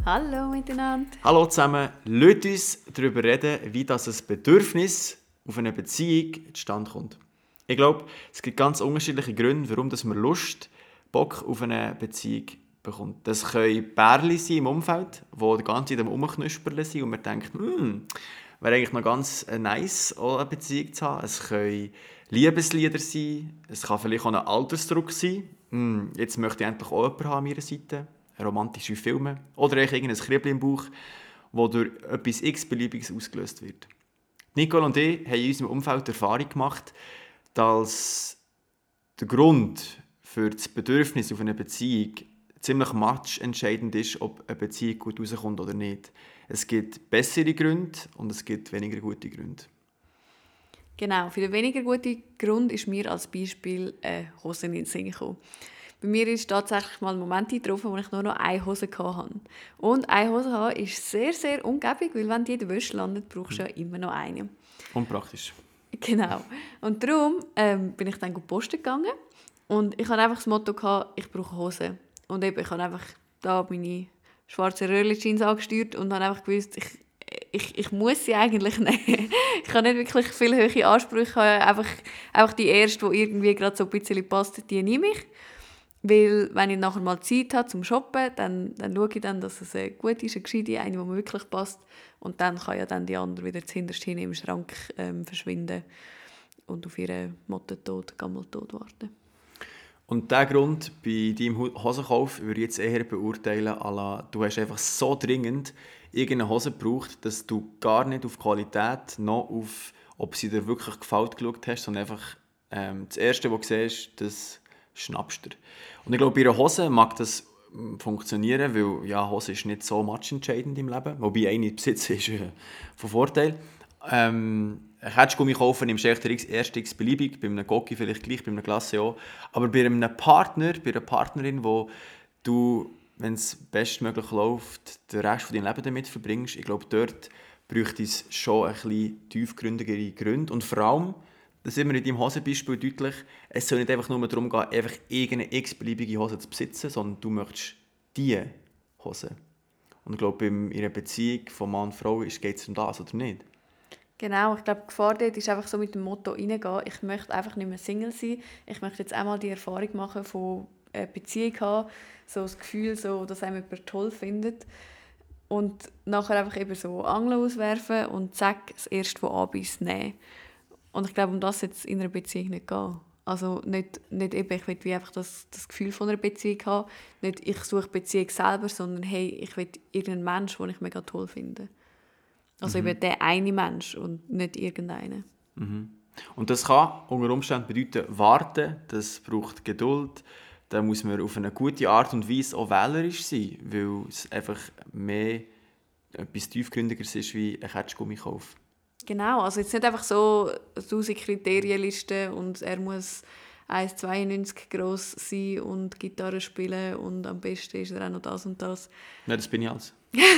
Hallo miteinander. Hallo zusammen, lasst uns darüber reden, wie das ein Bedürfnis auf eine Beziehung zustande kommt. Ich glaube, es gibt ganz unterschiedliche Gründe, warum dass man Bock auf eine Beziehung bekommt. Das können Pärchen sein im Umfeld, die die ganze Zeit am Rumknusperlen sind und man denkt, wäre eigentlich noch ganz nice, auch eine Beziehung zu haben. Es können Liebeslieder sein, es kann vielleicht auch ein Altersdruck sein. Jetzt möchte ich endlich auch jemanden haben an meiner Seite. Romantische Filme oder irgendein Kribbeln im Bauch, das durch etwas x-beliebiges ausgelöst wird. Nicole und ich haben in unserem Umfeld die Erfahrung gemacht, dass der Grund für das Bedürfnis auf eine Beziehung ziemlich matchentscheidend ist, ob eine Beziehung gut rauskommt oder nicht. Es gibt bessere Gründe und es gibt weniger gute Gründe. Genau, für den weniger guten Grund ist mir als Beispiel eine Hose in den Sinn gekommen. Bei mir ist tatsächlich mal ein Moment eingetroffen, wo ich nur noch eine Hose hatte. Und eine Hose haben ist sehr, sehr ungebig, weil wenn die in der Wäsche landet, brauchst du ja immer noch eine. Unpraktisch. Genau. Und darum bin ich dann posten gegangen und ich hatte einfach das Motto gehabt, ich brauche Hose. Und eben, ich habe einfach da meine schwarzen Röhrli-Jeans angesteuert und habe einfach gewusst, ich muss sie eigentlich nehmen. Ich habe nicht wirklich viele hohe Ansprüche, einfach die erste, die irgendwie gerade so ein bisschen passt, die nehme ich. Weil, wenn ich nachher mal Zeit habe zum Shoppen, dann schaue ich dann, dass es gut ist, eine gescheite, eine, die mir wirklich passt. Und dann kann ja dann die andere wieder zuhinterst hin im Schrank verschwinden und auf ihren Mottentod, Gammeltod warten. Und diesen Grund bei deinem Hosenkauf würde ich jetzt eher beurteilen, du hast einfach so dringend irgendeine Hose gebraucht, dass du gar nicht auf Qualität noch auf, ob sie dir wirklich gefällt, geschaut hast, sondern einfach das Erste, was du siehst, das schnappst du. Und ich glaube, bei einer Hose mag das funktionieren, weil ja, Hose ist nicht so matchentscheidend im Leben, wobei eine besitzen ist von Vorteil. Ein Ketschgummi kaufen nimmst du echt erst x-beliebig, bei einem Gocki vielleicht gleich, bei einem Glace auch. Aber bei einem Partner, bei einer Partnerin, wo du, wenn es bestmöglich läuft, den Rest von deinem Leben damit verbringst, ich glaube, dort bräuchte es schon ein bisschen tiefgründigere Gründe. Und vor allem, das sieht man in deinem Hosenbeispiel deutlich, es soll nicht einfach nur darum gehen, einfach irgendeine x-beliebige Hose zu besitzen, sondern du möchtest diese Hose. Und ich glaube, in einer Beziehung von Mann und Frau geht es um das, oder nicht? Genau, ich glaube, die Gefahr dort ist einfach so mit dem Motto reingehen, ich möchte einfach nicht mehr Single sein, ich möchte jetzt einmal die Erfahrung machen von einer Beziehung haben, so das Gefühl, so, dass einem jemand toll findet und nachher einfach eben so Angeln auswerfen und zack, das erste, was anbeißt, nehmen. Und ich glaube, um das jetzt in einer Beziehung nicht gehen. Also nicht eben, ich will wie einfach das Gefühl von einer Beziehung haben, nicht ich suche Beziehung selber, sondern hey, ich will irgendeinen Menschen, den ich mega toll finde. Also eben der eine Mensch und nicht irgendeinen. Und das kann unter Umständen bedeuten, warten, das braucht Geduld, da muss man auf eine gute Art und Weise auch wählerisch sein, weil es einfach mehr etwas tiefgründigeres ist wie ein Ketschgummikauf. Genau, also jetzt nicht einfach so 1000 Kriterienliste und er muss 1,92 groß sein und Gitarre spielen und am besten ist er auch noch das und das. Nein, das bin ich alles.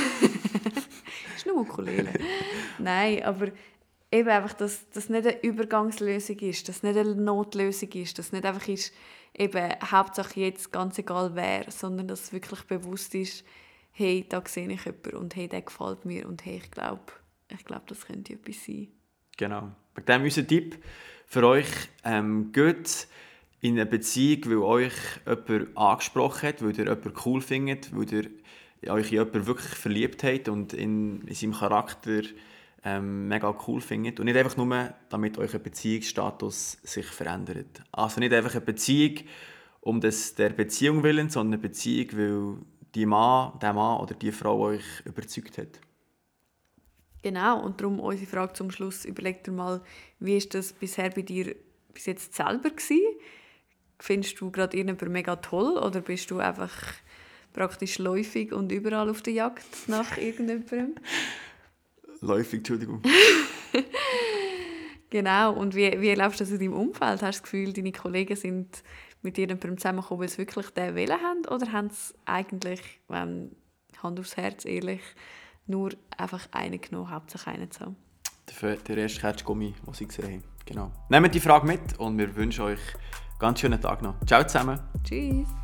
Das ist nur Ukulele. Nein, aber eben einfach, dass das nicht eine Übergangslösung ist, dass es nicht eine Notlösung ist, dass es nicht einfach ist, eben Hauptsache jetzt, ganz egal wer, sondern dass es wirklich bewusst ist, hey, da sehe ich jemanden und hey, der gefällt mir und hey, ich glaube, das könnte etwas sein. Genau. Wegen dem unser Tipp für euch, geht in eine Beziehung, weil euch jemand angesprochen hat, weil ihr jemanden cool findet, weil ihr euch in jemanden wirklich verliebt habt und in seinem Charakter mega cool findet. Und nicht einfach nur, damit euer Beziehungsstatus sich verändert. Also nicht einfach eine Beziehung der Beziehung willen, sondern eine Beziehung, weil der Mann oder die Frau euch überzeugt hat. Genau, und darum unsere Frage zum Schluss, überleg dir mal, wie ist das bisher bei dir bis jetzt selber gewesen? Findest du gerade irgendjemanden mega toll oder bist du einfach praktisch läufig und überall auf der Jagd nach irgendjemandem? Läufig, Entschuldigung. Genau, und wie erlebst du das in deinem Umfeld? Hast du das Gefühl, deine Kollegen sind mit jemandem zusammengekommen, weil sie wirklich den Willen haben? Oder haben sie eigentlich, Hand aufs Herz, ehrlich, nur einfach einen genommen, Hauptsache einen zu haben? Der erste Ketschgummi, den sie gesehen haben. Genau. Nehmt die Frage mit und wir wünschen euch einen ganz schönen Tag noch. Ciao zusammen. Tschüss!